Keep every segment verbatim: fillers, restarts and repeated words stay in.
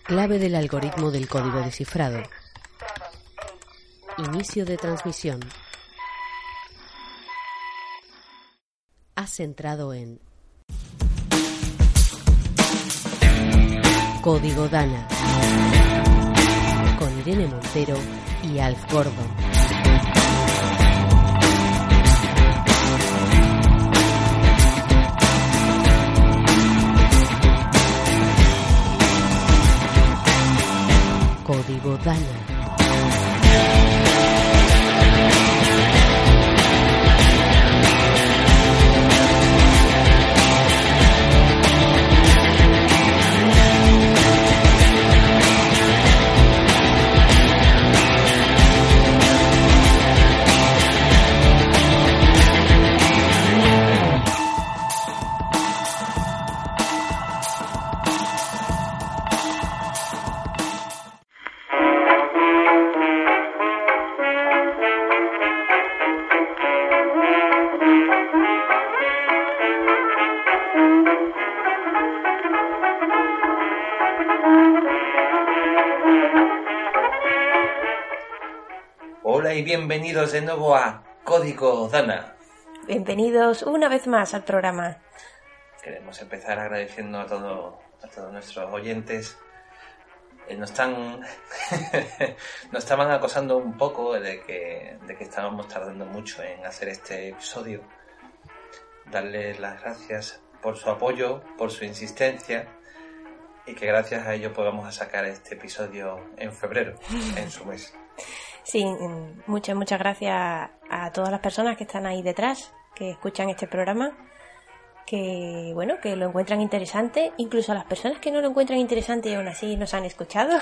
Clave del algoritmo del código descifrado. Inicio de transmisión. Has entrado en Código Dana con Irene Montero y Alf Gordon. Código Dana. Y bienvenidos de nuevo a Código Dana. Bienvenidos una vez más al programa. Queremos empezar agradeciendo a, todo, a todos nuestros oyentes. Eh, nos están nos estaban acosando un poco de que, de que estábamos tardando mucho en hacer este episodio. Darles las gracias por su apoyo, por su insistencia, y que gracias a ello podamos sacar este episodio en febrero, en su mes. Sí, muchas, muchas gracias a todas las personas que están ahí detrás, que escuchan este programa, que bueno, que lo encuentran interesante, incluso a las personas que no lo encuentran interesante y aún así nos han escuchado.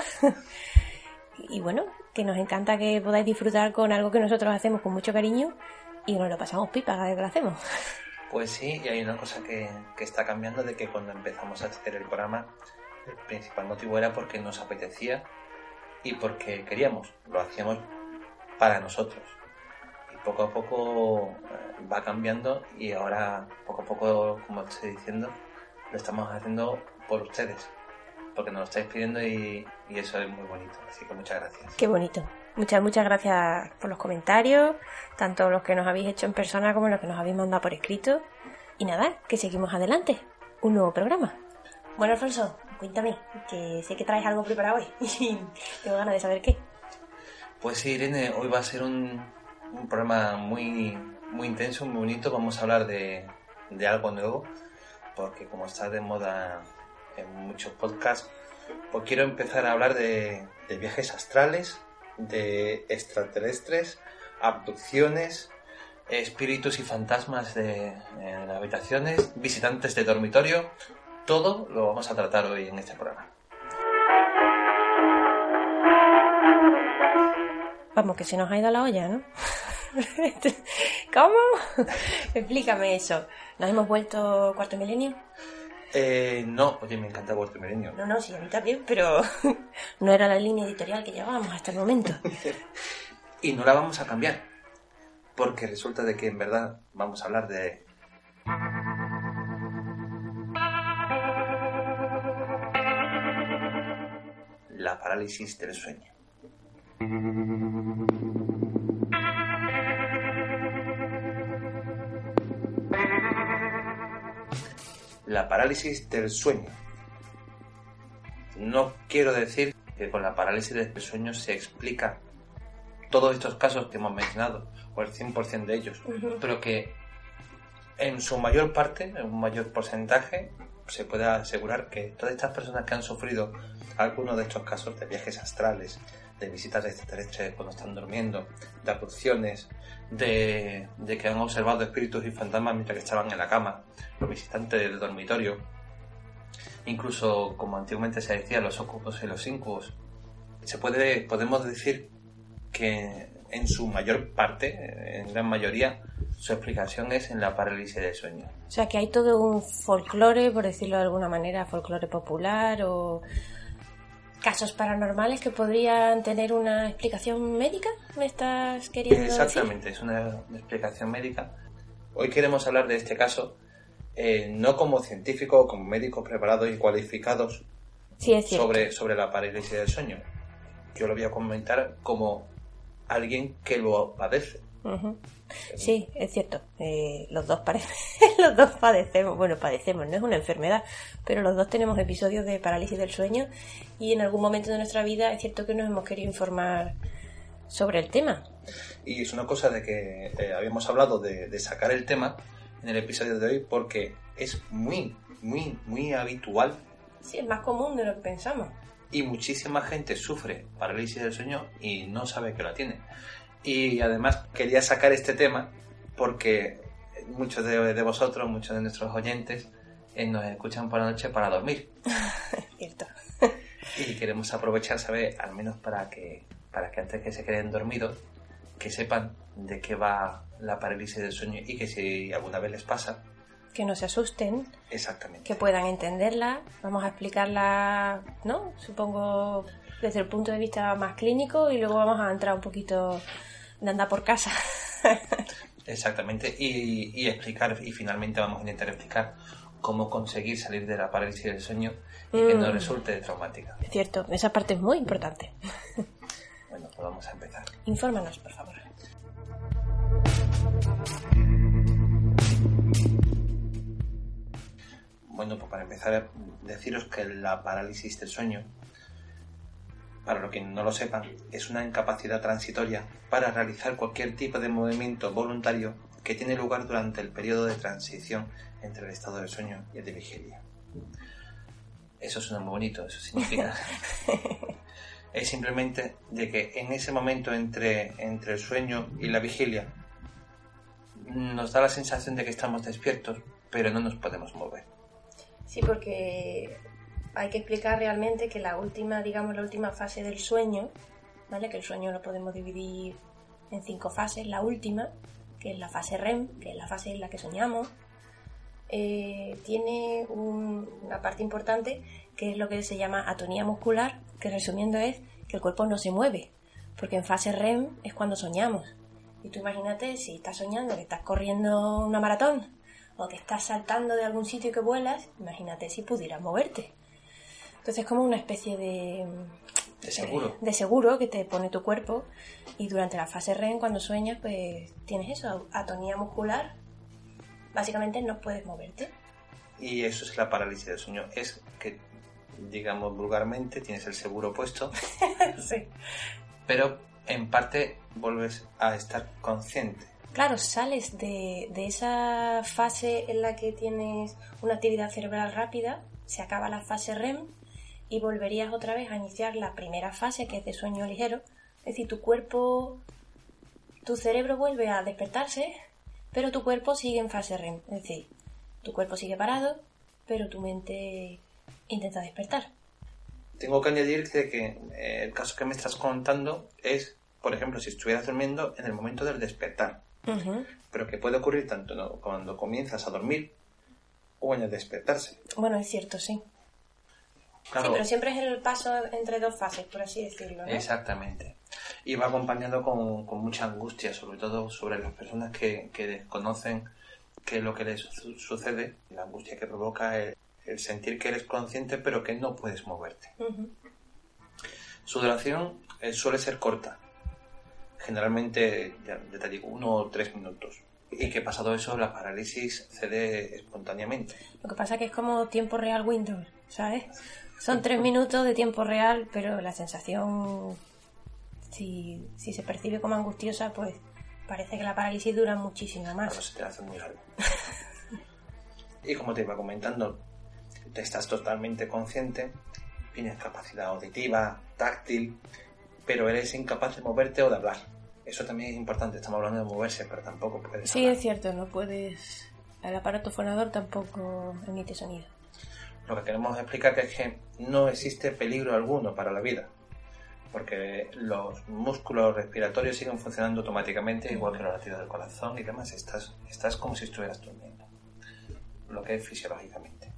Y bueno, que nos encanta que podáis disfrutar con algo que nosotros hacemos con mucho cariño y nos lo pasamos pipa cada vez que lo hacemos. Pues sí, y hay una cosa que, que está cambiando, de que cuando empezamos a hacer el programa, el principal motivo era porque nos apetecía y porque queríamos, lo hacíamos para nosotros. Y poco a poco va cambiando y ahora poco a poco, como estoy diciendo, lo estamos haciendo por ustedes, porque nos lo estáis pidiendo y, y eso es muy bonito. Así que muchas gracias. Qué bonito. Muchas, muchas gracias por los comentarios, tanto los que nos habéis hecho en persona como los que nos habéis mandado por escrito. Y nada, que seguimos adelante. Un nuevo programa. Bueno, Alfonso, cuéntame, que sé que traes algo preparado hoy y tengo ganas de saber qué. Pues sí, Irene, hoy va a ser un, un programa muy, muy intenso, muy bonito. Vamos a hablar de, de algo nuevo, porque como está de moda en muchos podcasts, pues quiero empezar a hablar de, de viajes astrales, de extraterrestres, abducciones, espíritus y fantasmas de, en habitaciones, visitantes de dormitorio. Todo lo vamos a tratar hoy en este programa. Vamos, que se nos ha ido la olla, ¿no? ¿Cómo? Explícame eso. ¿Nos hemos vuelto Cuarto Milenio? Eh, no, oye, me encanta Cuarto Milenio. No, no, sí, a mí también, pero no era la línea editorial que llevábamos hasta el momento. Y no la vamos a cambiar, porque resulta de que en verdad vamos a hablar de... la parálisis del sueño. La parálisis del sueño. No quiero decir que con la parálisis del sueño se explica todos estos casos que hemos mencionado, o el cien por ciento de ellos, uh-huh. Pero que en su mayor parte, en un mayor porcentaje, se puede asegurar que todas estas personas que han sufrido algunos de estos casos de viajes astrales, de visitas extraterrestres cuando están durmiendo, de abducciones, de, de que han observado espíritus y fantasmas mientras que estaban en la cama, los visitantes del dormitorio, incluso, como antiguamente se decía, los óculos y los incubos, se puede, podemos decir que en su mayor parte, en gran mayoría, su explicación es en la parálisis del sueño. O sea, que hay todo un folclore, por decirlo de alguna manera, folclore popular o casos paranormales que podrían tener una explicación médica, ¿me estás queriendo decir? Exactamente, es una explicación médica. Hoy queremos hablar de este caso, eh, no como científicos, como médicos preparados y cualificados, Sí, es cierto. sobre, sobre la parálisis del sueño. Yo lo voy a comentar como alguien que lo padece. Uh-huh. Sí, es cierto. Eh, los dos parecen, los dos padecemos, bueno, padecemos, no es una enfermedad, pero los dos tenemos episodios de parálisis del sueño y en algún momento de nuestra vida es cierto que nos hemos querido informar sobre el tema. Y es una cosa de que eh, habíamos hablado de, de sacar el tema en el episodio de hoy porque es muy, muy, muy habitual. Sí, es más común de lo que pensamos. Y muchísima gente sufre parálisis del sueño y no sabe que la tiene. Y además quería sacar este tema porque muchos de, de vosotros, muchos de nuestros oyentes eh, nos escuchan por la noche para dormir. Cierto. Y queremos aprovechar, ¿sabes? Al menos para que, para que antes que se queden dormidos, que sepan de qué va la parálisis del sueño y que si alguna vez les pasa, que no se asusten. Exactamente. Que puedan entenderla. Vamos a explicarla, ¿no? Supongo desde el punto de vista más clínico y luego vamos a entrar un poquito de andar por casa. Exactamente. Y, y explicar, y finalmente vamos a intentar explicar cómo conseguir salir de la parálisis del sueño y mm. que no resulte traumática. Es cierto, esa parte es muy importante. Bueno, pues vamos a empezar. Infórmanos, por favor. Bueno, pues para empezar, deciros que la parálisis del sueño, para los que no lo sepan, es una incapacidad transitoria para realizar cualquier tipo de movimiento voluntario que tiene lugar durante el periodo de transición entre el estado de sueño y el de vigilia. Eso suena muy bonito, eso significa... es simplemente de que en ese momento entre, entre el sueño y la vigilia nos da la sensación de que estamos despiertos, pero no nos podemos mover. Sí, porque hay que explicar realmente que la última, digamos, la última fase del sueño, ¿vale? Que el sueño lo podemos dividir en cinco fases. La última, que es la fase R E M, que es la fase en la que soñamos, eh, tiene un, una parte importante que es lo que se llama atonía muscular, que resumiendo es que el cuerpo no se mueve, porque en fase R E M es cuando soñamos. Y tú imagínate, si estás soñando que estás corriendo una maratón o que estás saltando de algún sitio y que vuelas, imagínate si pudieras moverte. Entonces es como una especie de, de seguro. De, de seguro que te pone tu cuerpo, y durante la fase R E M, cuando sueñas, pues tienes eso, atonía muscular, básicamente no puedes moverte. Y eso es la parálisis del sueño, es que, digamos vulgarmente, tienes el seguro puesto, sí. Pero en parte vuelves a estar consciente. Claro, sales de, de esa fase en la que tienes una actividad cerebral rápida, se acaba la fase R E M y volverías otra vez a iniciar la primera fase, que es de sueño ligero. Es decir, tu cuerpo, tu cerebro vuelve a despertarse, pero tu cuerpo sigue en fase R E M. Es decir, tu cuerpo sigue parado, pero tu mente intenta despertar. Tengo que añadirte que eh, el caso que me estás contando es, por ejemplo, si estuvieras durmiendo en el momento del despertar. Uh-huh. Pero que puede ocurrir tanto ¿no? cuando comienzas a dormir o en el despertarse. Bueno, es cierto, sí. Claro. Sí, pero siempre es el paso entre dos fases, por así decirlo, ¿no? Exactamente. Y va acompañado con, con mucha angustia, sobre todo sobre las personas que, que desconocen qué es lo que les su- sucede, la angustia que provoca el, el sentir que eres consciente pero que no puedes moverte. Uh-huh. Su duración eh, suele ser corta. Generalmente, ya, ya te digo, uno o tres minutos. Y que pasado eso, la parálisis cede espontáneamente. Lo que pasa es que es como tiempo real Windows, ¿sabes? Son tres minutos de tiempo real, pero la sensación, si, si se percibe como angustiosa, pues parece que la parálisis dura muchísimo más. Claro, se te hace muy largo. Y como te iba comentando, te estás totalmente consciente, tienes capacidad auditiva, táctil, pero eres incapaz de moverte o de hablar. Eso también es importante, estamos hablando de moverse, pero tampoco puedes Sí, hablar. es cierto, no puedes... El aparato fonador tampoco emite sonido. Lo que queremos explicar que es que no existe peligro alguno para la vida, porque los músculos respiratorios siguen funcionando automáticamente, igual que los latidos del corazón y demás. Estás, estás como si estuvieras durmiendo, lo que es fisiológicamente.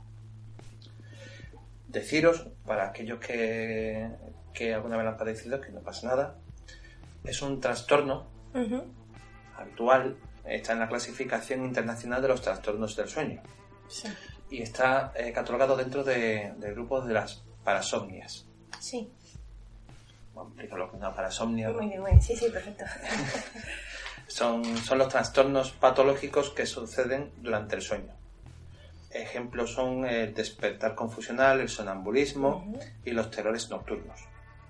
Deciros, para aquellos que, que alguna vez lo han padecido, que no pasa nada. Es un trastorno Uh-huh. habitual, está en la clasificación internacional de los trastornos del sueño. Sí. Y está eh, catalogado dentro de, del grupo de las parasomnias. Sí. Vamos a explicar lo que es una parasomnia. Muy bien, muy bien. Sí, sí, perfecto. Son, son los trastornos patológicos que suceden durante el sueño. Ejemplos son el despertar confusional, el sonambulismo uh-huh. y los terrores nocturnos.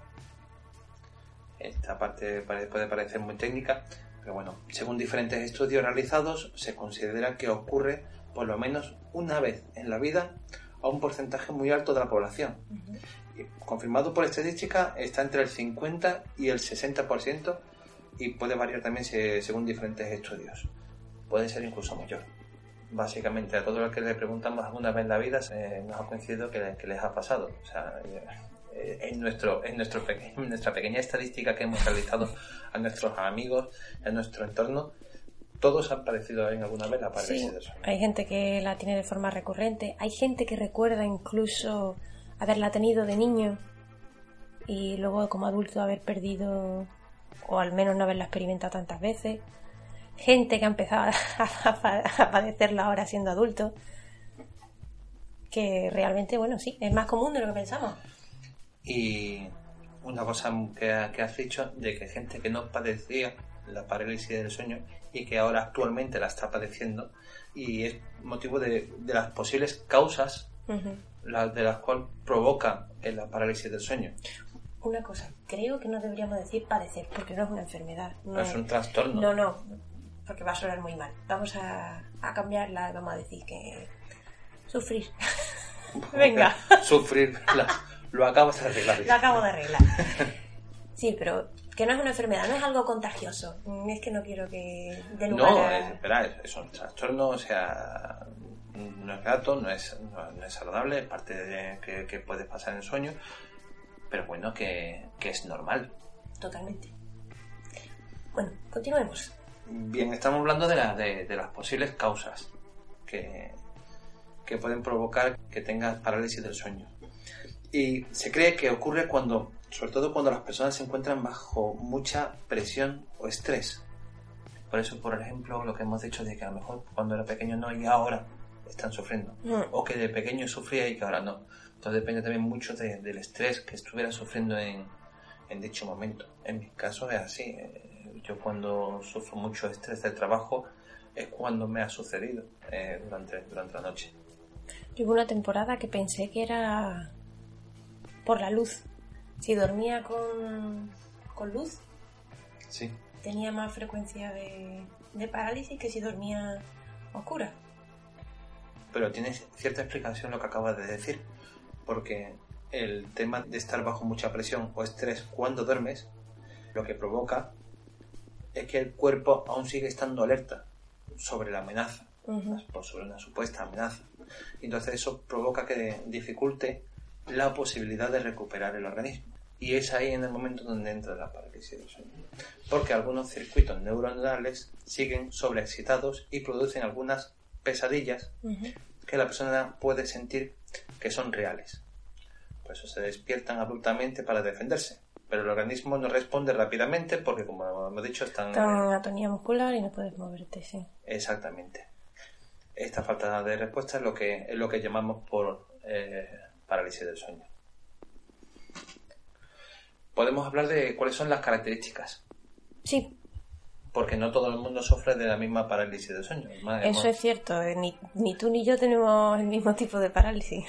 Esta parte puede parecer muy técnica, pero bueno, según diferentes estudios realizados, se considera que ocurre por lo menos una vez en la vida a un porcentaje muy alto de la población. Uh-huh. Y confirmado por estadística, está entre el cincuenta y el sesenta por ciento y puede variar también según diferentes estudios. Puede ser incluso mayor. Básicamente a todos los que le preguntamos alguna vez en la vida eh, nos ha coincidido que, que les ha pasado. O sea, eh, en, nuestro, en, nuestro peque- en nuestra pequeña estadística que hemos realizado a nuestros amigos, en nuestro entorno, todos han padecido en alguna vez la parálisis sí, del sueño. Hay gente que la tiene de forma recurrente, hay gente que recuerda incluso haberla tenido de niño y luego como adulto haber perdido o al menos no haberla experimentado tantas veces. Gente que ha empezado a padecerla ahora siendo adulto, que realmente, bueno, sí, es más común de lo que pensamos. Y una cosa que, que has dicho, de que gente que no padecía la parálisis del sueño y que ahora actualmente la está padeciendo, y es motivo de, de las posibles causas uh-huh. la, de las cuales provoca la parálisis del sueño. Una cosa, creo que no deberíamos decir padecer, porque no es una enfermedad. No, no es un trastorno. No, no, porque va a sonar muy mal. Vamos a, a cambiarla y vamos a decir que sufrir. Venga. Sufrir, la, lo acabas de arreglar. Lo acabo de arreglar. Sí, pero que no es una enfermedad, no es algo contagioso. Es que no quiero que dé lugar No, a... es, espera, es, es un trastorno, o sea, no es grato, no es, no, no es saludable, es parte de que, que puede pasar en el sueño, pero bueno, que, que es normal. Totalmente. Bueno, continuemos. Bien, estamos hablando de, la, de, de las posibles causas que, que pueden provocar que tengas parálisis del sueño. Y se cree que ocurre cuando, sobre todo cuando las personas se encuentran bajo mucha presión o estrés. Por eso, por ejemplo, lo que hemos dicho de que a lo mejor cuando era pequeño no y ahora están sufriendo. Mm. O que de pequeño sufría y que ahora no. Entonces depende también mucho de, del estrés que estuviera sufriendo en, en dicho momento. En mi caso es así. Yo cuando sufro mucho estrés del trabajo es cuando me ha sucedido eh, durante, durante la noche. Yo hubo una temporada que pensé que era por la luz. Si dormía con, con luz, sí, tenía más frecuencia de, de parálisis que si dormía oscura. Pero tiene cierta explicación lo que acabas de decir, porque el tema de estar bajo mucha presión o estrés cuando duermes, lo que provoca es que el cuerpo aún sigue estando alerta sobre la amenaza, uh-huh. sobre una supuesta amenaza. Entonces eso provoca que dificulte la posibilidad de recuperar el organismo. Y es ahí en el momento donde entra la parálisis del sueño. Porque algunos circuitos neuronales siguen sobreexcitados y producen algunas pesadillas uh-huh. que la persona puede sentir que son reales. Por eso se despiertan abruptamente para defenderse. Pero el organismo no responde rápidamente porque, como hemos dicho, están... Están en atonía muscular y no puedes moverte, sí. Exactamente. Esta falta de respuesta es lo que, es lo que llamamos por eh, parálisis del sueño. Podemos hablar de cuáles son las características. Sí. Porque no todo el mundo sufre de la misma parálisis del sueño. Además, Eso hemos... es cierto. Ni, ni tú ni yo tenemos el mismo tipo de parálisis.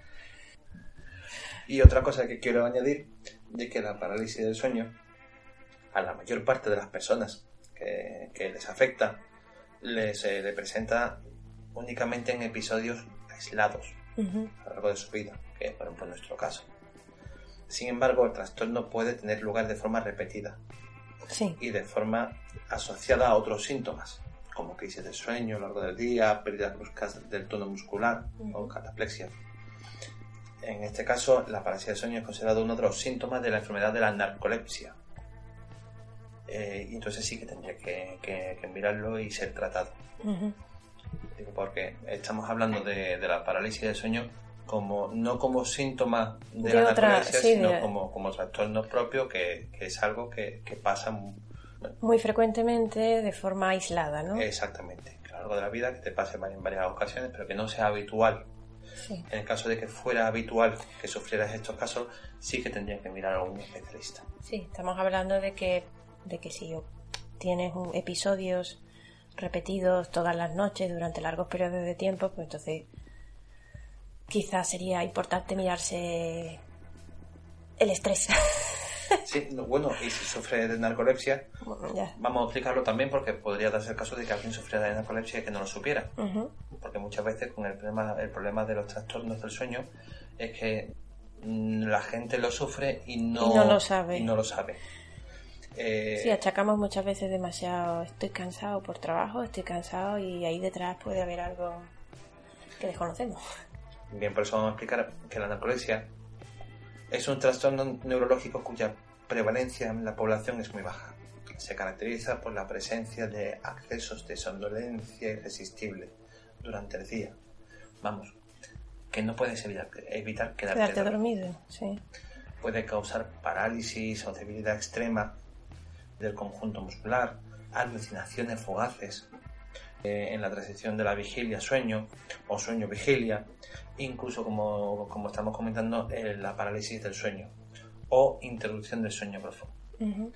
Y otra cosa que quiero añadir, de que la parálisis del sueño, a la mayor parte de las personas que, que les afecta, les eh, le presenta únicamente en episodios aislados uh-huh. a lo largo de su vida, que es por ejemplo nuestro caso. Sin embargo, el trastorno puede tener lugar de forma repetida sí. y de forma asociada a otros síntomas, como crisis de sueño a lo largo del día, pérdidas bruscas del tono muscular uh-huh. o cataplexia. En este caso, la parálisis del sueño es considerado uno de los síntomas de la enfermedad de la narcolepsia. Eh, y entonces sí que tendría que, que, que mirarlo y ser tratado. Uh-huh. Digo, porque estamos hablando de, de la parálisis del sueño como no como síntoma de, de la otra, narcolepsia, sí, sino de... como, como trastorno propio, que, que es algo que, que pasa muy, bueno, muy frecuentemente de forma aislada, ¿no? Exactamente. A lo largo de la vida, que te pase en varias ocasiones, pero que no sea habitual. Sí. En el caso de que fuera habitual que sufrieras estos casos, sí que tendrían que mirar a algún especialista. Sí, estamos hablando de que, de que si tienes un, episodios repetidos todas las noches durante largos periodos de tiempo, pues entonces quizás sería importante mirarse el estrés. Sí, no, bueno, y si sufre de narcolepsia, Bueno, ya. vamos a explicarlo también porque podría darse el caso de que alguien sufriera de narcolepsia y que no lo supiera. Uh-huh. Porque muchas veces con el problema, el problema de los trastornos del sueño es que mm, la gente lo sufre y no, Y no lo sabe. y no lo sabe. Eh, Sí, achacamos muchas veces demasiado, estoy cansado por trabajo, estoy cansado, y ahí detrás puede haber algo que desconocemos. Bien, por eso vamos a explicar que la narcolepsia es un trastorno neurológico cuya prevalencia en la población es muy baja. Se caracteriza por la presencia de accesos de somnolencia irresistible durante el día. Vamos, que no puedes evitar, evitar quedarte, Quedarte dormido. dormido, sí. Puede causar parálisis o debilidad extrema del conjunto muscular, alucinaciones fugaces eh, en la transición de la vigilia a sueño o sueño-vigilia, incluso como, como estamos comentando, eh, la parálisis del sueño o interrupción del sueño profundo. Uh-huh.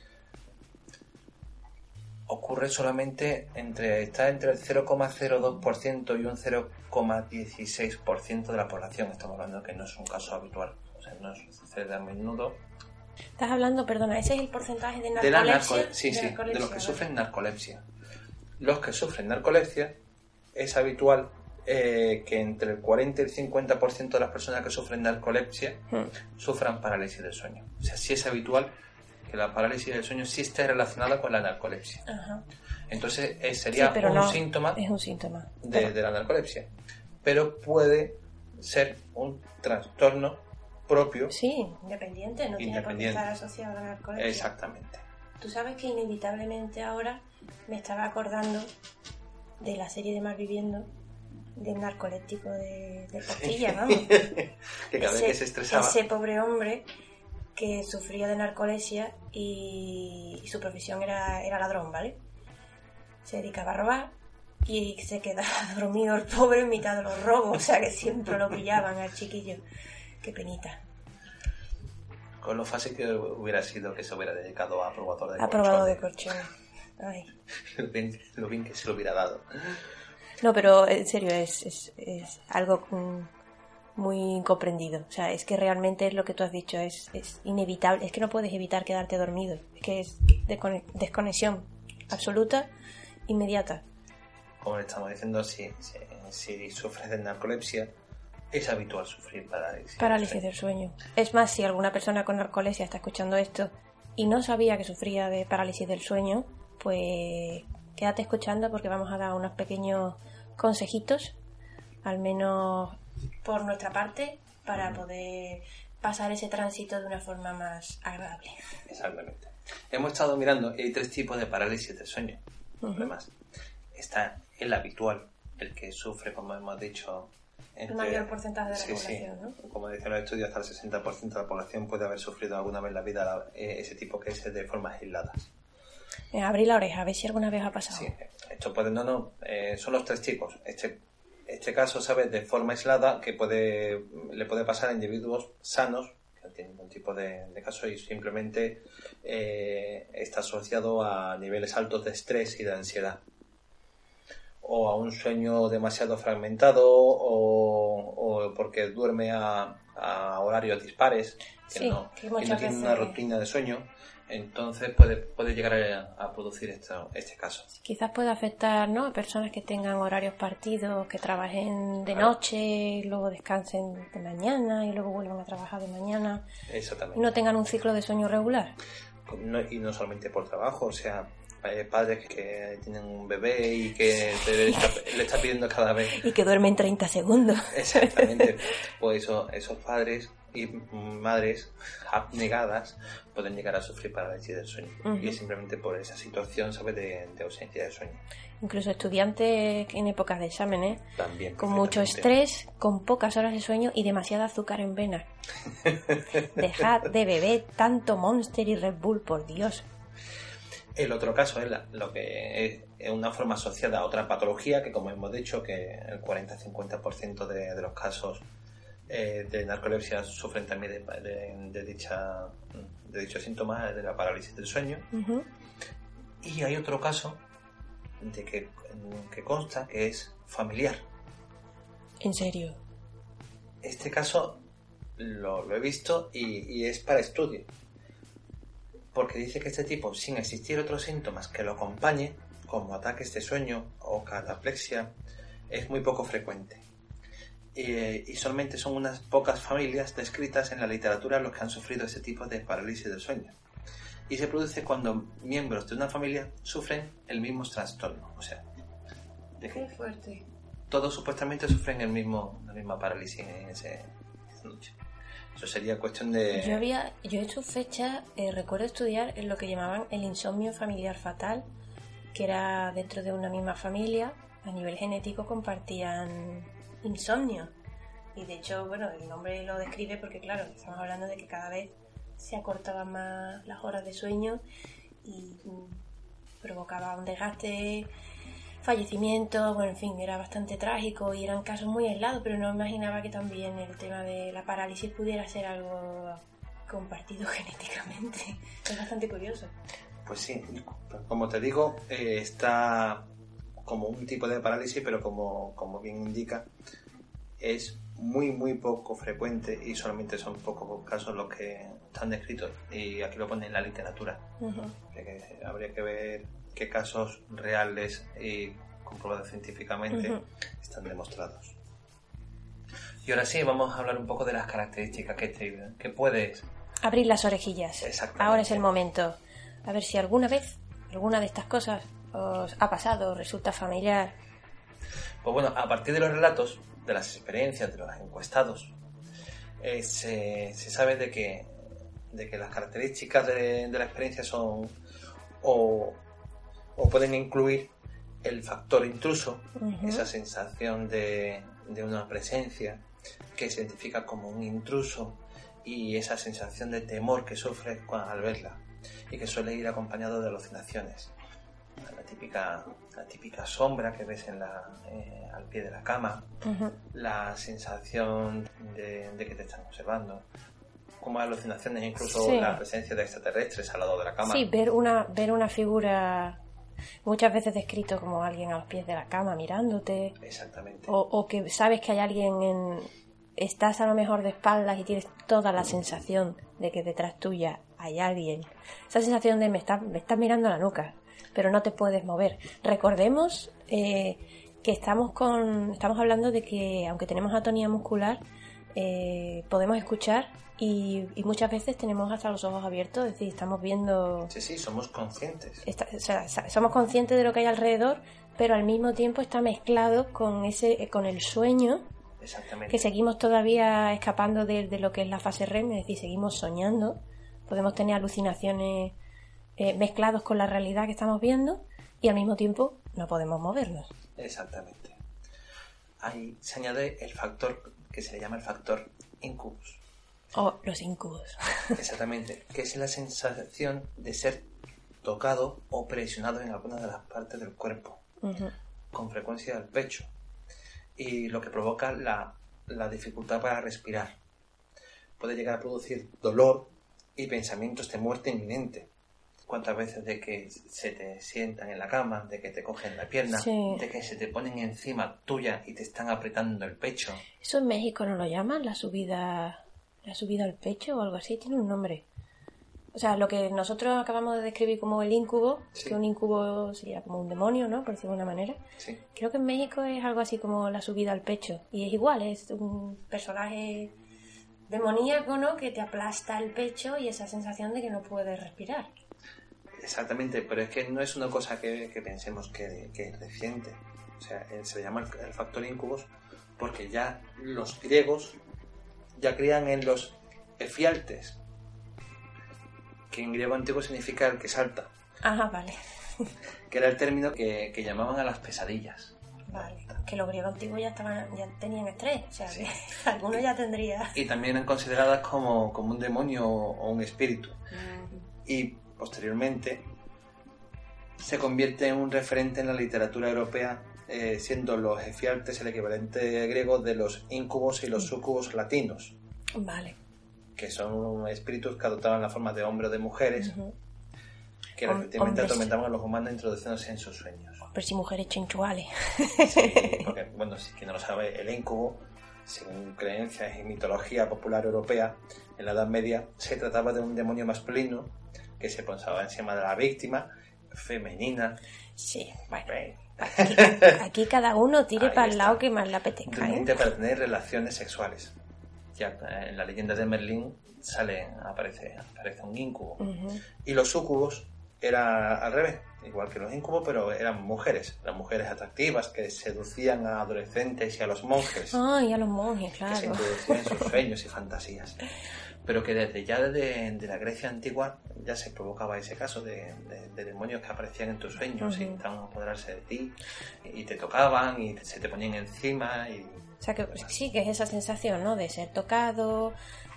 Ocurre solamente entre, está entre el cero coma cero dos por ciento y un cero coma dieciséis por ciento de la población. Estamos hablando de que no es un caso habitual, o sea, no sucede a menudo. Estás hablando, perdona, ese es el porcentaje de De la narcolepsia. narcole- sí, de sí, narcolepsia, de los que ¿vale? sufren narcolepsia. Los que sufren narcolepsia es habitual eh, que entre el cuarenta y el cincuenta por ciento de las personas que sufren narcolepsia Hmm. sufran parálisis del sueño. O sea, sí es habitual que la parálisis del sueño sí esté relacionada con la narcolepsia. Ajá. Entonces eh, sería Sí, pero un no, síntoma es un síntoma. de, Pero- de la narcolepsia. Pero puede ser un trastorno propio. Sí, independiente, no tiene por qué Independiente. estar asociado a la narcolepsia. Exactamente. Tú sabes que inevitablemente ahora me estaba acordando de la serie de Malviviendo, del narcoléptico de, de Castilla, vamos. Que cada vez Ese- que se estresaba. Ese pobre hombre que sufría de narcolepsia y, y su profesión era, era ladrón, ¿vale? Se dedicaba a robar y se quedaba dormido el pobre en mitad de los robos, o sea que siempre lo pillaban al chiquillo. Qué penita. Con lo fácil que hubiera sido que se hubiera dedicado a probador de Ha probado de colchones. colchón. Ay. Lo bien, lo bien que se lo hubiera dado. No, pero en serio, es, es, es algo mm, muy incomprendido. O sea, es que realmente es lo que tú has dicho, es, es inevitable. Es que no puedes evitar quedarte dormido. Es que es descone- desconexión absoluta, inmediata. Como le estamos diciendo, si, si, si sufres de narcolepsia, es habitual sufrir parálisis. Parálisis del sueño. Es más, si alguna persona con narcolepsia está escuchando esto y no sabía que sufría de parálisis del sueño, pues quédate escuchando porque vamos a dar unos pequeños consejitos, al menos por nuestra parte, para poder pasar ese tránsito de una forma más agradable. Exactamente. Hemos estado mirando y hay tres tipos de parálisis del sueño. Ujú. Además, está el habitual, el que sufre, como hemos dicho, El mayor porcentaje de la población, ¿no? Como dicen los estudios, hasta el sesenta por ciento de la población puede haber sufrido alguna vez en la vida la- eh, ese tipo que es de formas aisladas. Eh, abrí la oreja, a ver si alguna vez ha pasado. Sí, esto puede, no, no, eh, son los tres tipos. Este, este caso, ¿sabes? De forma aislada, que puede, le puede pasar a individuos sanos, que no tienen ningún tipo de, de caso y simplemente eh, está asociado a niveles altos de estrés y de ansiedad. O a un sueño demasiado fragmentado, o, o porque duerme a, a horarios dispares, que Sí, no, que que muchas no tiene una veces- rutina de sueño. Entonces puede, puede llegar a, a producir esto, este caso. Quizás pueda afectar, ¿no?, a personas que tengan horarios partidos, que trabajen de Claro. noche, luego descansen de mañana y luego vuelvan a trabajar de mañana. Exactamente. No tengan un ciclo de sueño regular. No- y no solamente por trabajo, o sea, hay padres que tienen un bebé y que le está, le está pidiendo cada vez. Y que duermen treinta segundos. Exactamente. Pues eso, esos padres y madres abnegadas pueden llegar a sufrir parálisis del sueño. Ujú. Y es simplemente por esa situación, ¿sabes?, de, de ausencia de sueño. Incluso estudiantes en épocas de exámenes, También. con mucho perfectamente. estrés, con pocas horas de sueño y demasiada azúcar en venas. Dejad de beber tanto Monster y Red Bull, por Dios. El otro caso es la, lo que es, es una forma asociada a otra patología que, como hemos dicho, que el cuarenta a cincuenta por ciento de, de los casos eh, de narcolepsia sufren también de, de, de, dicha, de dichos síntomas de la parálisis del sueño. Uh-huh. Y hay otro caso de que, que consta que es familiar. ¿En serio? Este caso lo, lo he visto y, y es para estudio. Porque dice que este tipo, sin existir otros síntomas que lo acompañen, como ataques de sueño o cataplexia, es muy poco frecuente. Y, y solamente son unas pocas familias descritas en la literatura los que han sufrido este tipo de parálisis del sueño. Y se produce cuando miembros de una familia sufren el mismo trastorno. O sea, de que qué fuerte. Todos supuestamente sufren el mismo, la misma parálisis en ese, esa noche. Eso sería cuestión de... Yo había, yo he hecho fecha, eh, recuerdo estudiar en lo que llamaban el insomnio familiar fatal, que era dentro de una misma familia, a nivel genético compartían insomnio. Y de hecho, bueno, el nombre lo describe porque, claro, estamos hablando de que cada vez se acortaban más las horas de sueño y mm, provocaba un desgaste, fallecimiento, bueno, en fin, era bastante trágico y eran casos muy aislados, pero no imaginaba que también el tema de la parálisis pudiera ser algo compartido genéticamente. Es bastante curioso. Pues sí, como te digo, eh, está como un tipo de parálisis, pero como, como bien indica, es muy muy poco frecuente y solamente son pocos casos los que están descritos, y aquí lo pone en la literatura. Uh-huh. Que habría que ver qué casos reales y comprobados científicamente uh-huh. están demostrados. Y ahora sí, vamos a hablar un poco de las características que, te, que puedes... Abrir las orejillas. Exactamente. Ahora es el momento. A ver si alguna vez alguna de estas cosas os ha pasado, resulta familiar. Pues bueno, a partir de los relatos, de las experiencias de los encuestados, eh, se, se sabe de que, de que las características de, de la experiencia son o, o pueden incluir el factor intruso, uh-huh. esa sensación de, de una presencia que se identifica como un intruso, y esa sensación de temor que sufre al verla, y que suele ir acompañado de alucinaciones. La típica, la típica sombra que ves en la, eh, al pie de la cama, uh-huh. la sensación de, de que te están observando, como alucinaciones, incluso sí. la presencia de extraterrestres al lado de la cama. Sí, ver una, ver una figura muchas veces descrito como alguien a los pies de la cama mirándote. Exactamente. O, o que sabes que hay alguien en... estás a lo mejor de espaldas y tienes toda la sensación de que detrás tuya hay alguien. Esa sensación de me estás me está mirando la nuca, pero no te puedes mover. Recordemos eh, que estamos con estamos hablando de que aunque tenemos atonía muscular, eh, podemos escuchar y, y muchas veces tenemos hasta los ojos abiertos, es decir, estamos viendo... Sí, sí, somos conscientes. Está, o sea, somos conscientes de lo que hay alrededor, pero al mismo tiempo está mezclado con ese con el sueño. Exactamente. Que seguimos todavía escapando de, de lo que es la fase R E M, es decir, seguimos soñando, podemos tener alucinaciones eh, mezclados con la realidad que estamos viendo y al mismo tiempo no podemos movernos. Exactamente. Ahí se añade el factor que se le llama el factor incubus. Oh, los incubos. Exactamente, que es la sensación de ser tocado o presionado en alguna de las partes del cuerpo, uh-huh. con frecuencia del pecho, y lo que provoca la, la dificultad para respirar. Puede llegar a producir dolor y pensamientos de muerte inminente. ¿Cuántas veces de que se te sientan en la cama, de que te cogen la pierna, sí. de que se te ponen encima tuya y te están apretando el pecho? ¿Eso en México no lo llaman la subida, la subida al pecho o algo así? Tiene un nombre. O sea, lo que nosotros acabamos de describir como el incubo, sí. que un incubo sería como un demonio, ¿no? Por decirlo de una manera. Sí. Creo que en México es algo así como la subida al pecho. Y es igual, es un personaje demoníaco, ¿no? Que te aplasta el pecho y esa sensación de que no puedes respirar. Exactamente, pero es que no es una cosa que, que pensemos que, que es reciente. O sea, se le llama el, el factor incubus porque ya los griegos ya creían en los efialtes, que en griego antiguo significa el que salta. Ajá, vale. Que era el término que, que llamaban a las pesadillas. Vale, que los griegos antiguos ya estaban, ya tenían estrés, o sea, sí. que algunos ya tendría. Y también eran consideradas como, como un demonio o un espíritu. Uh-huh. Y posteriormente, se convierte en un referente en la literatura europea, eh, siendo los efialtes el equivalente griego de los íncubos y los súcubos latinos. Vale. Que son espíritus que adoptaban la forma de hombres o de mujeres, uh-huh. que Hom- efectivamente hombres. atormentaban a los humanos introduciéndose en sus sueños. Hombres y mujeres chinchuales. Sí, porque, bueno, si quien no lo sabe, el incubo, según creencias y mitología popular europea, en la Edad Media se trataba de un demonio masculino que se posaba encima de la víctima femenina. Sí, bueno. Eh, Aquí, aquí cada uno tire Ahí para el está. lado que más le apetezca, ¿eh? Durmiente para tener relaciones sexuales. Ya en la leyenda de Merlín sale, aparece, aparece un íncubo. Uh-huh. Y los súcubos era al revés, igual que los íncubos, pero eran mujeres, eran mujeres atractivas que seducían a adolescentes y a los monjes, Ay, a los monjes, que se claro. introducían en sus sueños y fantasías. Pero que desde ya desde de la Grecia antigua ya se provocaba ese caso de, de, de demonios que aparecían en tus sueños, uh-huh. y intentaban apoderarse de ti, y te tocaban y se te ponían encima y... O sea, que sí, que es esa sensación, ¿no? De ser tocado,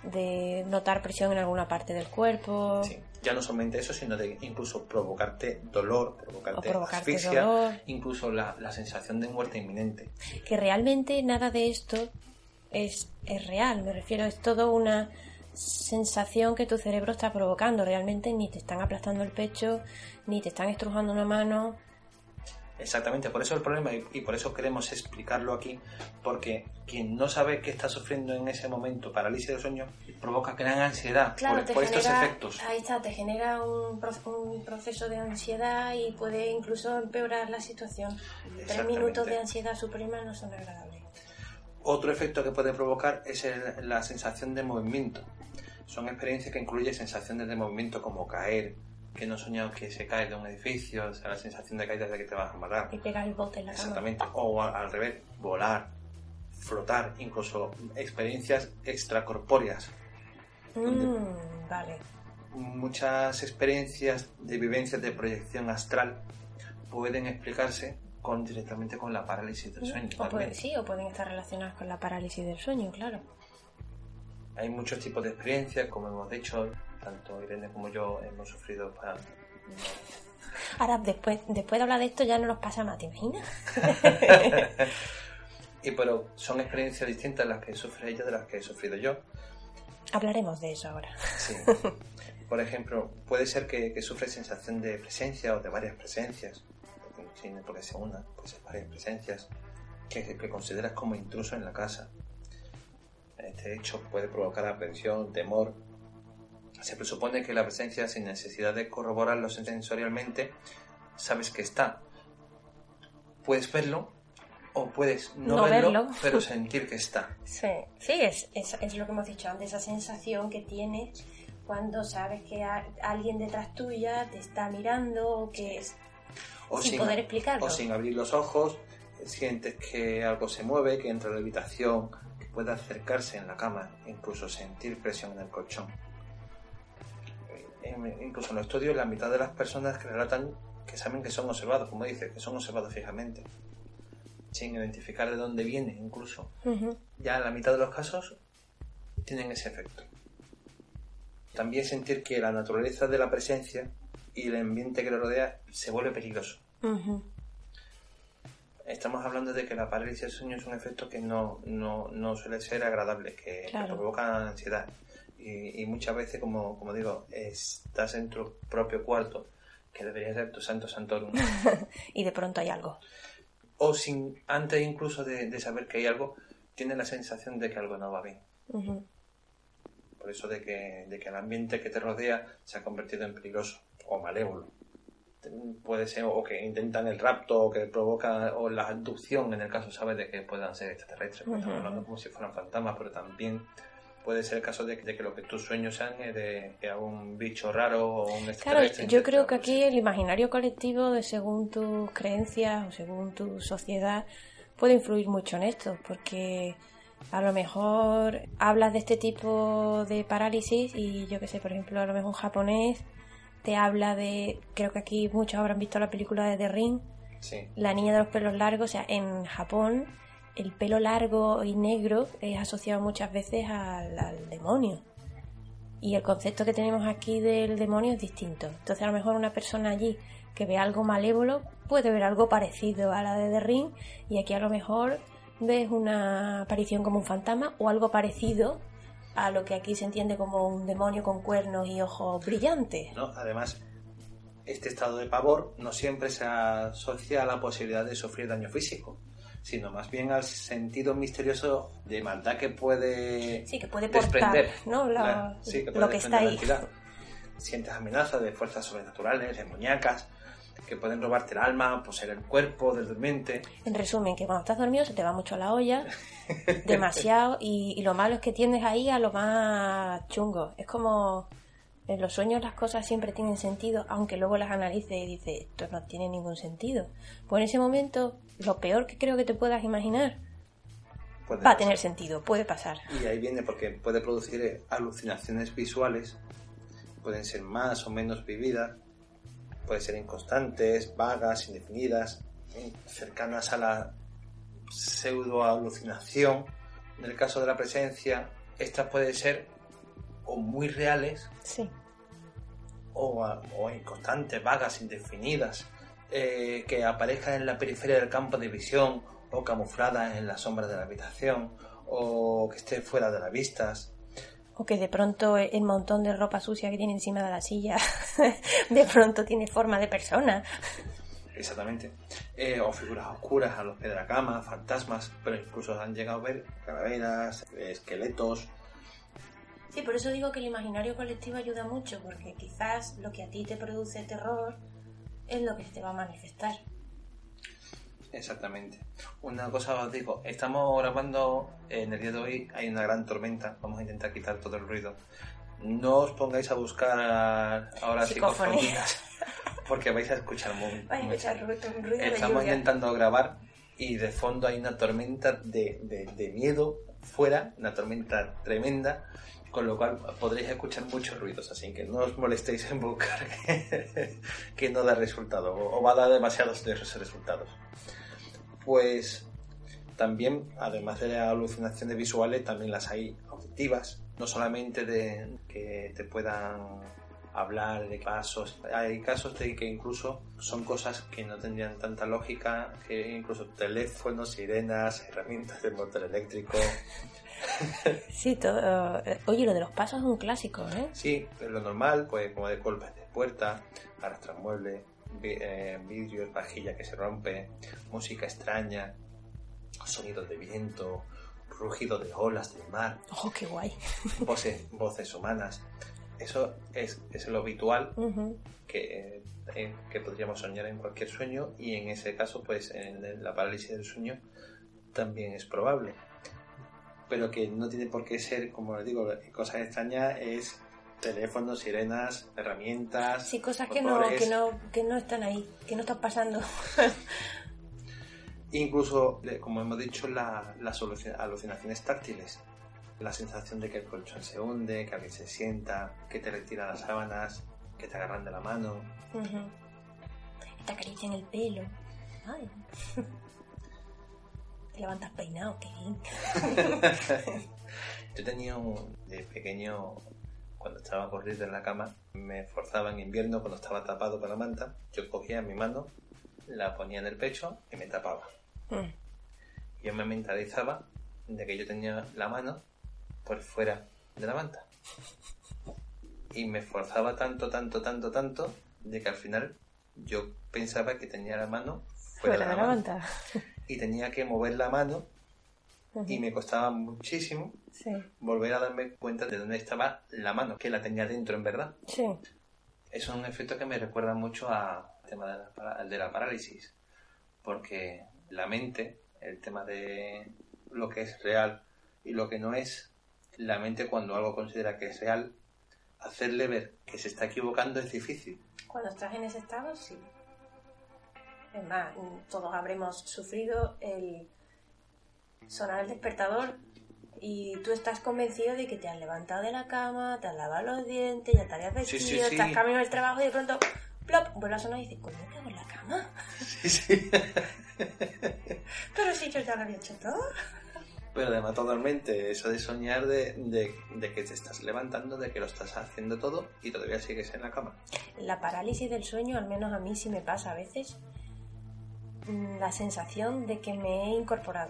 de notar presión en alguna parte del cuerpo. Sí, ya no solamente eso, sino de incluso provocarte dolor, provocarte, o provocarte asfixia, dolor. Incluso la, la sensación de muerte inminente. Que realmente nada de esto es, es real, me refiero, es todo una sensación que tu cerebro está provocando. Realmente ni te están aplastando el pecho, ni te están estrujando una mano. Exactamente, por eso el problema, y por eso queremos explicarlo aquí, porque quien no sabe qué está sufriendo en ese momento, parálisis del sueño, provoca gran ansiedad, claro, por, por genera, estos efectos. Ahí está, te genera un, un proceso de ansiedad y puede incluso empeorar la situación. Tres minutos de ansiedad suprema no son agradables. Otro efecto que puede provocar es el, la sensación de movimiento. Son experiencias que incluyen sensaciones de movimiento como caer, que no soñado que se cae de un edificio, o sea, la sensación de caída de que te vas a matar. Y pegar el bote en la cama. Exactamente. O al, al revés, volar, flotar, incluso experiencias extracorpóreas. Mm, vale. Muchas experiencias de vivencias de proyección astral pueden explicarse con, directamente con la parálisis del sueño. O puede, sí, o pueden estar relacionadas con la parálisis del sueño, claro. Hay muchos tipos de experiencias, como hemos dicho, tanto Irene como yo hemos sufrido para... Ahora, después, después de hablar de esto ya no nos pasa más, ¿te imaginas? Y pero son experiencias distintas las que sufre ella de las que he sufrido yo. Hablaremos de eso ahora. Sí. Por ejemplo, puede ser que, que sufre sensación de presencia o de varias presencias, porque, porque sea una, puede ser varias presencias, que, que consideras como intruso en la casa. Este hecho puede provocar aprensión, temor. Se presupone que la presencia, sin necesidad de corroborarlo sensorialmente, sabes que está. Puedes verlo o puedes no, no verlo, verlo, pero sentir que está. Sí, sí es, es, es lo que hemos dicho antes, esa sensación que tienes cuando sabes que a, alguien detrás tuya te está mirando o que es, o sin, sin poder explicarlo. O sin abrir los ojos, sientes que algo se mueve, que entra en la habitación, que puede acercarse en la cama, incluso sentir presión en el colchón. Incluso en los estudios, la mitad de las personas que relatan que saben que son observados, como dice, que son observados fijamente, sin identificar de dónde viene, incluso. Uh-huh. Ya en la mitad de los casos tienen ese efecto. También sentir que la naturaleza de la presencia y el ambiente que lo rodea se vuelve peligroso. Uh-huh. Estamos hablando de que la parálisis del sueño es un efecto que no, no, no suele ser agradable, que, claro. que provoca ansiedad. Y, y muchas veces, como, como digo, estás en tu propio cuarto, que debería ser tu santo santorum. Y de pronto hay algo. O sin antes incluso de, de saber que hay algo, tienes la sensación de que algo no va bien. Uh-huh. Por eso de que, de que el ambiente que te rodea se ha convertido en peligroso o malévolo. Puede ser o que intentan el rapto o que provoca o la abducción, en el caso, sabes, de que puedan ser extraterrestres. Uh-huh. Estamos hablando como si fueran fantasmas, pero también puede ser el caso de, de que lo que tus sueños sean es de que haga un bicho raro o un extraterrestre. Claro, yo creo que aquí el imaginario colectivo, de según tus creencias o según tu sociedad, puede influir mucho en esto, porque a lo mejor hablas de este tipo de parálisis y yo que sé, por ejemplo, a lo mejor un japonés te habla de, creo que aquí muchos habrán visto la película de The Ring, sí. La niña de los pelos largos. O sea, en Japón el pelo largo y negro es asociado muchas veces al, al demonio. Y el concepto que tenemos aquí del demonio es distinto. Entonces, a lo mejor una persona allí que ve algo malévolo puede ver algo parecido a la de The Ring, y aquí a lo mejor ves una aparición como un fantasma o algo parecido a lo que aquí se entiende como un demonio con cuernos y ojos brillantes. ¿No? Además, este estado de pavor no siempre se asocia a la posibilidad de sufrir daño físico, sino más bien al sentido misterioso de maldad que puede sí, que puede portar, desprender, ¿no? La, la, sí, que puede lo que está ahí. Sientes amenazas de fuerzas sobrenaturales, demoníacas, que pueden robarte el alma, poseer el cuerpo del durmiente. En resumen, que cuando estás dormido se te va mucho la olla, demasiado, y, y lo malo es que tiendes ahí a lo más chungo. Es como en los sueños las cosas siempre tienen sentido, aunque luego las analices y dices, esto no tiene ningún sentido. Pues en ese momento, lo peor que creo que te puedas imaginar puede va pasar. A tener sentido, puede pasar. Y ahí viene porque puede producir alucinaciones visuales, pueden ser más o menos vividas, pueden ser inconstantes, vagas, indefinidas, cercanas a la pseudo-alucinación. En el caso de la presencia, estas pueden ser o muy reales, sí, o, o inconstantes, vagas, indefinidas, eh, que aparezcan en la periferia del campo de visión, o camufladas en las sombras de la habitación, o que estén fuera de las vistas. O que de pronto el montón de ropa sucia que tiene encima de la silla de pronto tiene forma de persona. Exactamente. Eh, o figuras oscuras a los pies de la cama, fantasmas, pero incluso han llegado a ver calaveras, esqueletos. Sí, por eso digo que el imaginario colectivo ayuda mucho, porque quizás lo que a ti te produce terror es lo que se te va a manifestar. Exactamente. Una cosa os digo, estamos grabando en el día de hoy, hay una gran tormenta, vamos a intentar quitar todo el ruido. No os pongáis a buscar ahora psicofonías, porque vais a escuchar muy, vais a escuchar ruido, un ruido de estamos lluvia. Intentando grabar y de fondo hay una tormenta de, de, de miedo fuera, una tormenta tremenda, con lo cual podréis escuchar muchos ruidos, así que no os molestéis en buscar que, que no da resultado o, o va a dar demasiados de esos resultados. Pues también, además de las alucinaciones visuales, también las hay auditivas, no solamente de que te puedan hablar de pasos, hay casos de que incluso son cosas que no tendrían tanta lógica, que incluso teléfonos, sirenas, herramientas de motor eléctrico. Sí, todo. Oye, lo de los pasos es un clásico, ¿eh? Sí, es lo normal, pues como de golpes de puerta, arrastrar muebles, vidrios, vajilla que se rompe, música extraña, sonidos de viento, rugido de olas del mar. ¡Oh, qué guay! Voces, voces humanas. Eso es, es lo habitual uh-huh. que, eh, que podríamos soñar en cualquier sueño, y en ese caso, pues en la parálisis del sueño también es probable. Pero que no tiene por qué ser, como les digo, cosas extrañas es teléfonos, sirenas, herramientas. Sí, cosas que no, que no que no están ahí, que no están pasando. Incluso, como hemos dicho, la, las alucinaciones táctiles. La sensación de que el colchón se hunde, que alguien se sienta, que te retira las sábanas, que te agarran de la mano. Uh-huh. Te acarician el pelo. Ay. Te levantas peinado, qué bien. Yo tenía un, de pequeño, cuando estaba corriendo en la cama, me forzaba en invierno, cuando estaba tapado con la manta, yo cogía mi mano, la ponía en el pecho y me tapaba. Mm. Yo me mentalizaba de que yo tenía la mano por fuera de la manta. Y me forzaba tanto, tanto, tanto, tanto, de que al final yo pensaba que tenía la mano fuera, fuera de la, la manta. manta. Y tenía que mover la mano. Uh-huh. Y me costaba muchísimo sí. volver a darme cuenta de dónde estaba la mano, que la tenía dentro en verdad. Sí. Eso es un efecto que me recuerda mucho al tema de la, de la parálisis, porque la mente, el tema de lo que es real y lo que no es, la mente cuando algo considera que es real, hacerle ver que se está equivocando es difícil. Cuando estás en ese estado, sí. Es más, todos habremos sufrido el sonar el despertador y tú estás convencido de que te has levantado de la cama, te has lavado los dientes, ya te habías vestido, sí, sí, sí. estás camino al trabajo y de pronto plop, vuelve a sonar y dices, ¿coño, qué hago en la cama? Sí, sí. Pero si yo ya lo había hecho todo. Pero además totalmente, eso de soñar de, de, de que te estás levantando, de que lo estás haciendo todo y todavía sigues en la cama. La parálisis del sueño, al menos a mí sí me pasa a veces, la sensación de que me he incorporado.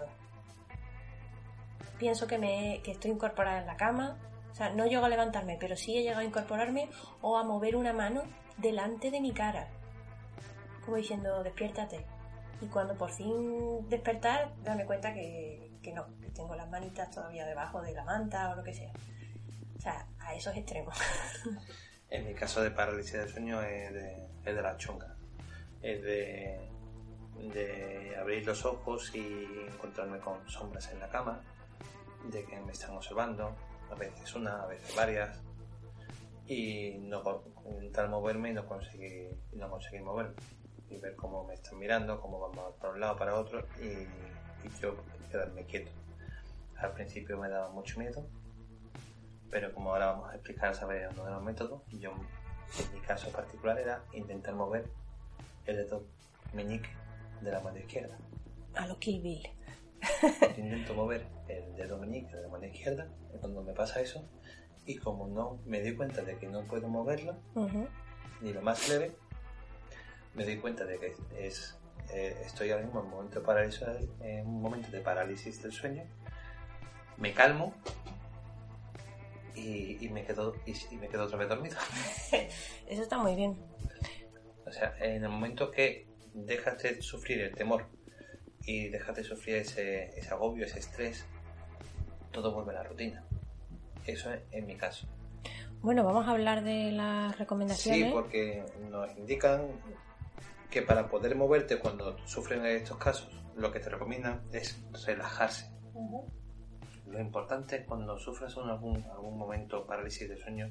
Pienso que, me, que estoy incorporada en la cama, o sea, no llego a levantarme, pero sí he llegado a incorporarme o a mover una mano delante de mi cara, como diciendo, despiértate. Y cuando por fin despertar, darme cuenta que, que no, que tengo las manitas todavía debajo de la manta o lo que sea. O sea, a esos extremos. En mi caso de parálisis del sueño es de, es de la chunga. Es de, de abrir los ojos y encontrarme con sombras en la cama, de que me están observando, a veces una, a veces varias, y no intentar moverme y no conseguir, no conseguir moverme. Y ver cómo me están mirando, cómo van para un lado, para otro, y, y yo quedarme quieto. Al principio me daba mucho miedo, pero como ahora vamos a explicar, saber uno de los métodos, yo en mi caso particular era intentar mover el dedo meñique de la mano izquierda. A lo Kill Bill. Yo intento mover el dedo meñique de la mano izquierda, es cuando me pasa eso, y como no me doy cuenta de que no puedo moverlo, uh-huh. ni lo más leve, me doy cuenta de que es, eh, estoy ahora mismo en un momento de parálisis, en un momento de parálisis del sueño, me calmo y, y me quedo y, y me quedo otra vez dormido. Eso está muy bien. O sea, en el momento que dejas de sufrir el temor y dejas de sufrir ese, ese agobio, ese estrés, todo vuelve a la rutina. Eso es en mi caso. Bueno, vamos a hablar de las recomendaciones. Sí, porque nos indican que para poder moverte cuando sufren estos casos, lo que te recomiendan es relajarse. Uh-huh. Lo importante cuando sufres en algún, algún momento parálisis de sueño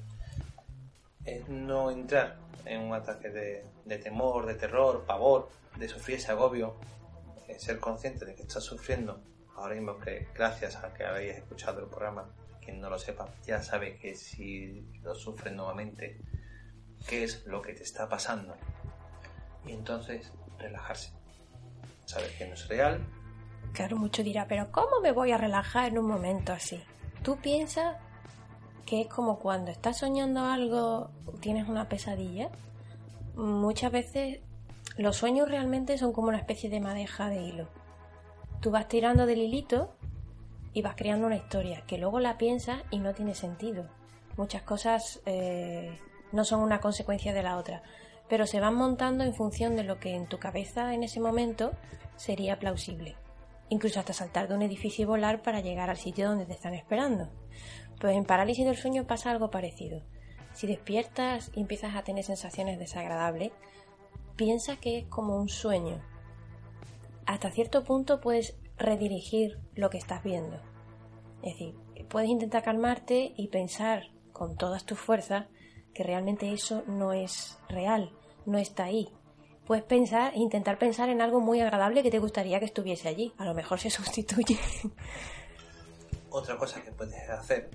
es no entrar en un ataque de, de temor, de terror, pavor, de sufrir ese agobio, eh, ser consciente de que estás sufriendo. Ahora mismo, que gracias a que habéis escuchado el programa, quien no lo sepa ya sabe que si lo sufres nuevamente, qué es lo que te está pasando. Y entonces relajarse, saber que no es real. Claro, mucho dirá, pero ¿cómo me voy a relajar en un momento así? Tú piensas que es como cuando estás soñando algo, tienes una pesadilla. Muchas veces los sueños realmente son como una especie de madeja de hilo. Tú vas tirando del hilito y vas creando una historia que luego la piensas y no tiene sentido. Muchas cosas eh, no son una consecuencia de la otra, pero se van montando en función de lo que en tu cabeza en ese momento sería plausible. Incluso hasta saltar de un edificio y volar para llegar al sitio donde te están esperando. Pues en parálisis del sueño pasa algo parecido. Si despiertas y empiezas a tener sensaciones desagradables, piensa que es como un sueño. Hasta cierto punto puedes redirigir lo que estás viendo. Es decir, puedes intentar calmarte y pensar con todas tus fuerzas que realmente eso no es real, no está ahí. Puedes pensar, intentar pensar en algo muy agradable que te gustaría que estuviese allí. A lo mejor se sustituye. Otra cosa que puedes hacer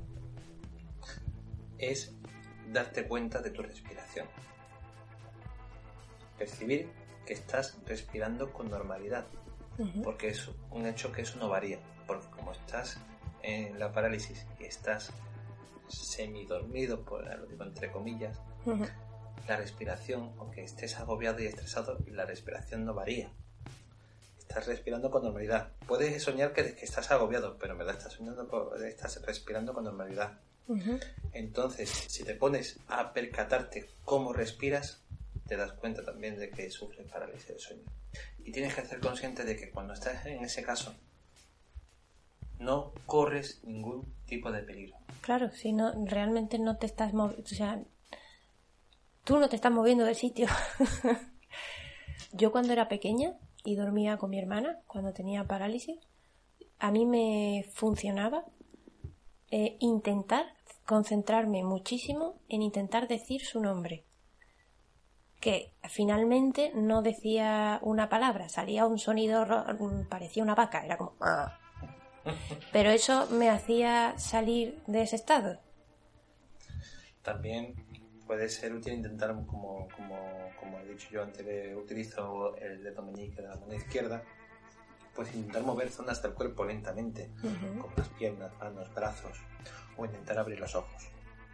es darte cuenta de tu respiración. Percibir que estás respirando con normalidad. Uh-huh. Porque es un hecho que eso no varía. Porque como estás en la parálisis y estás semidormido, por lo digo entre comillas, uh-huh. la respiración, aunque estés agobiado y estresado, la respiración no varía. Estás respirando con normalidad. Puedes soñar que, que estás agobiado, pero en verdad estás soñando, estás respirando con normalidad. Uh-huh. Entonces, si te pones a percatarte cómo respiras, te das cuenta también de que sufres parálisis del sueño. Y tienes que ser consciente de que cuando estás en ese caso, no corres ningún tipo de peligro. Claro, si no, realmente no te estás moviendo, o sea, tú no te estás moviendo del sitio. Yo cuando era pequeña y dormía con mi hermana, cuando tenía parálisis, a mí me funcionaba eh, intentar concentrarme muchísimo en intentar decir su nombre. Que finalmente no decía una palabra, salía un sonido, parecía una vaca, era como... ¡ah! Pero eso me hacía salir de ese estado. También puede ser útil intentar, como, como, como he dicho yo antes, que utilizo el dedo meñique de la mano izquierda, pues intentar mover zonas del cuerpo lentamente, uh-huh. como las piernas, manos, brazos, o intentar abrir los ojos.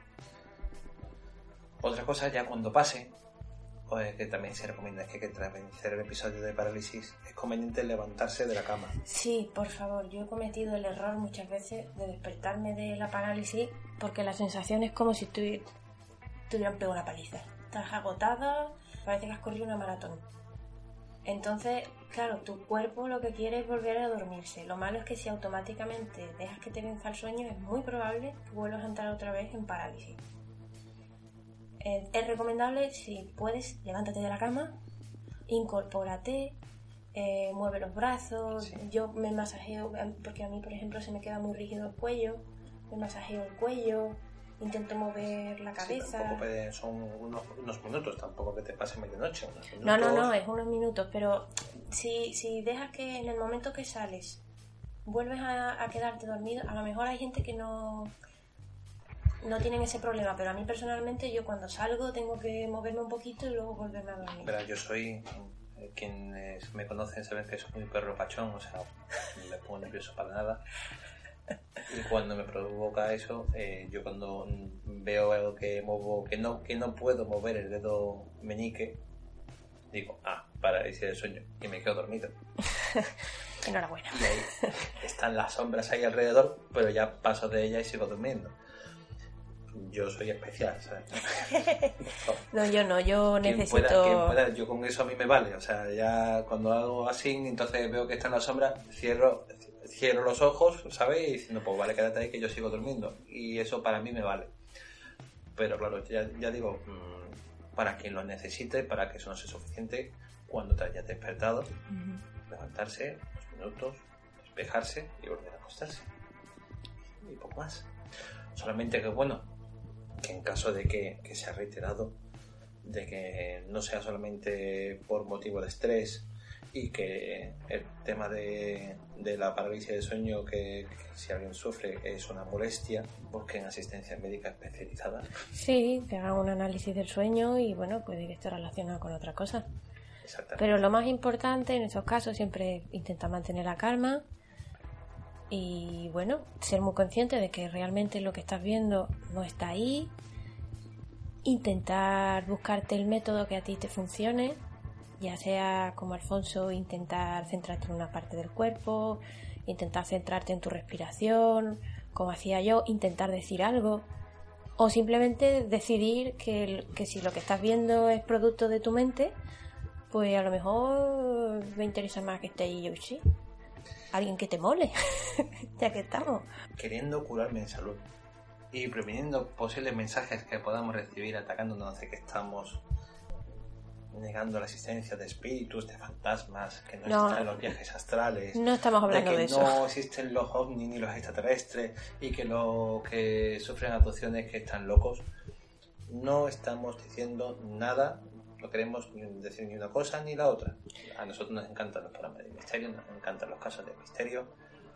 Otra cosa, ya cuando pase, pues, que también se recomienda es que, que tras vencer el episodio de parálisis es conveniente levantarse de la cama. Sí, por favor, yo he cometido el error muchas veces de despertarme de la parálisis porque la sensación es como si te hubieran pegado una paliza. Estás agotada, parece que has corrido una maratón. Entonces, claro, tu cuerpo lo que quiere es volver a dormirse. Lo malo es que si automáticamente dejas que te venza el sueño, es muy probable que vuelvas a entrar otra vez en parálisis. Eh, es recomendable, si puedes, levántate de la cama, incorpórate, eh, mueve los brazos. Sí. Yo me masajeo, porque a mí, por ejemplo, se me queda muy rígido el cuello, me masajeo el cuello. Intento mover la cabeza. Sí, tampoco puede, son unos, unos minutos, tampoco que te pase medianoche. Unos minutos. No, no, no, es unos minutos, pero si, si dejas que en el momento que sales vuelves a, a quedarte dormido, a lo mejor hay gente que no, no tienen ese problema, pero a mí personalmente yo cuando salgo tengo que moverme un poquito y luego volverme a dormir. Pero yo soy, quienes me conocen saben que soy un perro pachón, o sea, no me pongo nervioso para nada. Y cuando me provoca eso, eh, yo cuando veo algo que movo, que no, que no puedo mover el dedo meñique, digo, ah, parálisis del sueño, y me quedo dormido. Enhorabuena. Y ahí están las sombras ahí alrededor, pero ya paso de ella y sigo durmiendo. Yo soy especial, ¿sabes? No, yo no, yo quien necesito... Pueda, quien pueda, yo con eso a mí me vale, o sea, ya cuando hago así, entonces veo que está en la sombra, cierro... Cierro los ojos, ¿sabes? Y diciendo, pues vale, quédate ahí que yo sigo durmiendo. Y eso para mí me vale. Pero claro, ya, ya digo, mmm, para quien lo necesite, para que eso no sea suficiente, cuando te hayas despertado, uh-huh. levantarse, unos minutos, despejarse y volver a acostarse. Y poco más. Solamente que, bueno, que en caso de que, que sea reiterado, de que no sea solamente por motivo de estrés, y que el tema de, de la parálisis del sueño, que, que si alguien sufre es una molestia, busquen asistencia médica especializada. Sí, que hagan un análisis del sueño y bueno, puede que esté relacionado con otra cosa. Exactamente. Pero lo más importante en esos casos siempre intenta mantener la calma y bueno, ser muy consciente de que realmente lo que estás viendo no está ahí, intentar buscarte el método que a ti te funcione. Ya sea como Alfonso, intentar centrarte en una parte del cuerpo, intentar centrarte en tu respiración, como hacía yo, intentar decir algo, o simplemente decidir que, que si lo que estás viendo es producto de tu mente, pues a lo mejor me interesa más que esté ahí yo, sí, alguien que te mole, ya que estamos. Queriendo curarme en salud y previniendo posibles mensajes que podamos recibir atacándonos de que estamos negando la existencia de espíritus, de fantasmas, que no, no existen los viajes astrales, no estamos hablando de que de eso. No existen los ovnis ni los extraterrestres y que los que sufren abducciones que están locos. No estamos diciendo nada, no queremos decir ni una cosa ni la otra. A nosotros nos encantan los programas de misterio, nos encantan los casos de misterio,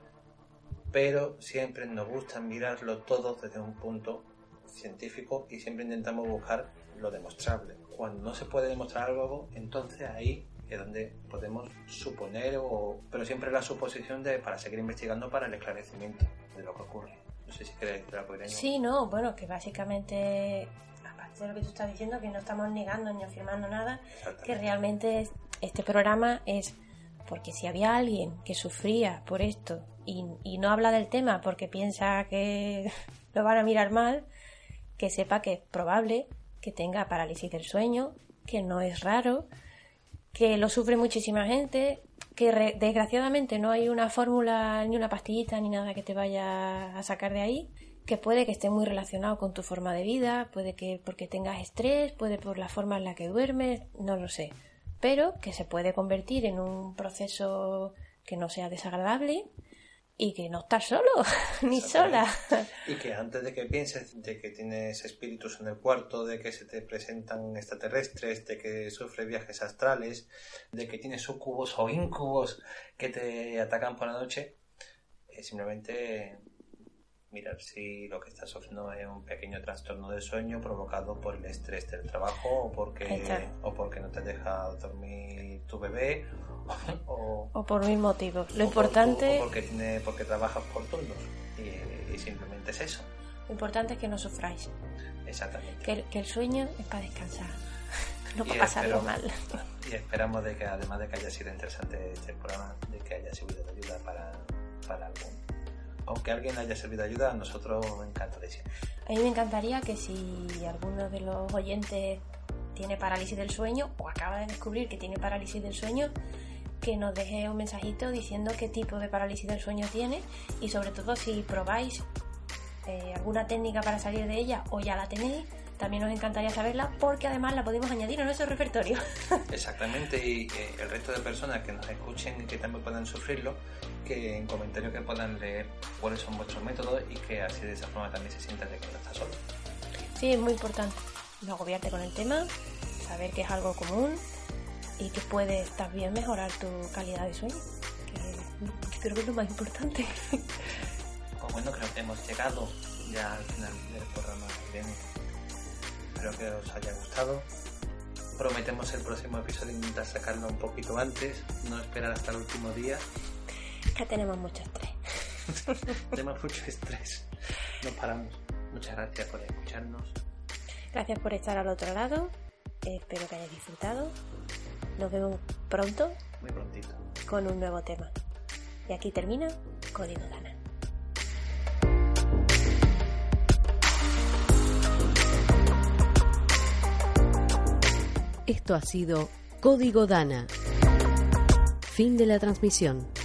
pero siempre nos gusta mirarlo todo desde un punto científico y siempre intentamos buscar lo demostrable. Cuando no se puede demostrar algo, entonces ahí es donde podemos suponer, o, pero siempre la suposición de para seguir investigando para el esclarecimiento de lo que ocurre. No sé si queréis decir algo, Irene. Sí, no, bueno, que básicamente, aparte de lo que tú estás diciendo, que no estamos negando ni afirmando nada, que realmente este programa es porque si había alguien que sufría por esto y, y no habla del tema porque piensa que lo van a mirar mal, que sepa que es probable que tenga parálisis del sueño, que no es raro, que lo sufre muchísima gente, que re- desgraciadamente no hay una fórmula ni una pastillita ni nada que te vaya a sacar de ahí, que puede que esté muy relacionado con tu forma de vida, puede que porque tengas estrés, puede por la forma en la que duermes, no lo sé, pero que se puede convertir en un proceso que no sea desagradable y que no estás solo, ni sola. Y que antes de que pienses de que tienes espíritus en el cuarto, de que se te presentan extraterrestres, de que sufres viajes astrales, de que tienes sucubos o incubos que te atacan por la noche, es simplemente mirar si lo que estás sufriendo es un pequeño trastorno del sueño provocado por el estrés del trabajo o porque, o porque no te deja dormir tu bebé o, o por mil motivos. Lo o importante... por, o porque, tiene, porque trabajas por turnos. Y, y simplemente es eso. Lo importante es que no sufráis. Exactamente. Que, que el sueño es para descansar, no Y para pasarlo espero- mal. Y esperamos de que, además de que haya sido interesante este programa, de que haya servido de ayuda para, para algún. Aunque alguien haya servido de ayuda, a nosotros nos encantaría. A mí me encantaría que si alguno de los oyentes tiene parálisis del sueño o acaba de descubrir que tiene parálisis del sueño, que nos deje un mensajito diciendo qué tipo de parálisis del sueño tiene y sobre todo si probáis eh, alguna técnica para salir de ella o ya la tenéis, también nos encantaría saberla porque además la podemos añadir a nuestro repertorio. Exactamente, y eh, el resto de personas que nos escuchen y que también puedan sufrirlo, que en comentarios que puedan leer cuáles son vuestros métodos y que así de esa forma también se sientan de que no está solo. Sí, es muy importante no agobiarte con el tema, saber que es algo común y que puedes también mejorar tu calidad de sueño, que yo creo que es lo más importante. Pues bueno, creo que hemos llegado ya al final del programa. Bien, espero que os haya gustado. Prometemos el próximo episodio intentar sacarlo un poquito antes, no esperar hasta el último día. Que tenemos mucho estrés. Tenemos mucho estrés, no paramos. Muchas gracias por escucharnos. Gracias por estar al otro lado, espero que hayáis disfrutado. Nos vemos pronto Muy prontito. con un nuevo tema. Y aquí termina Código Dana. Esto ha sido Código Dana. Fin de la transmisión.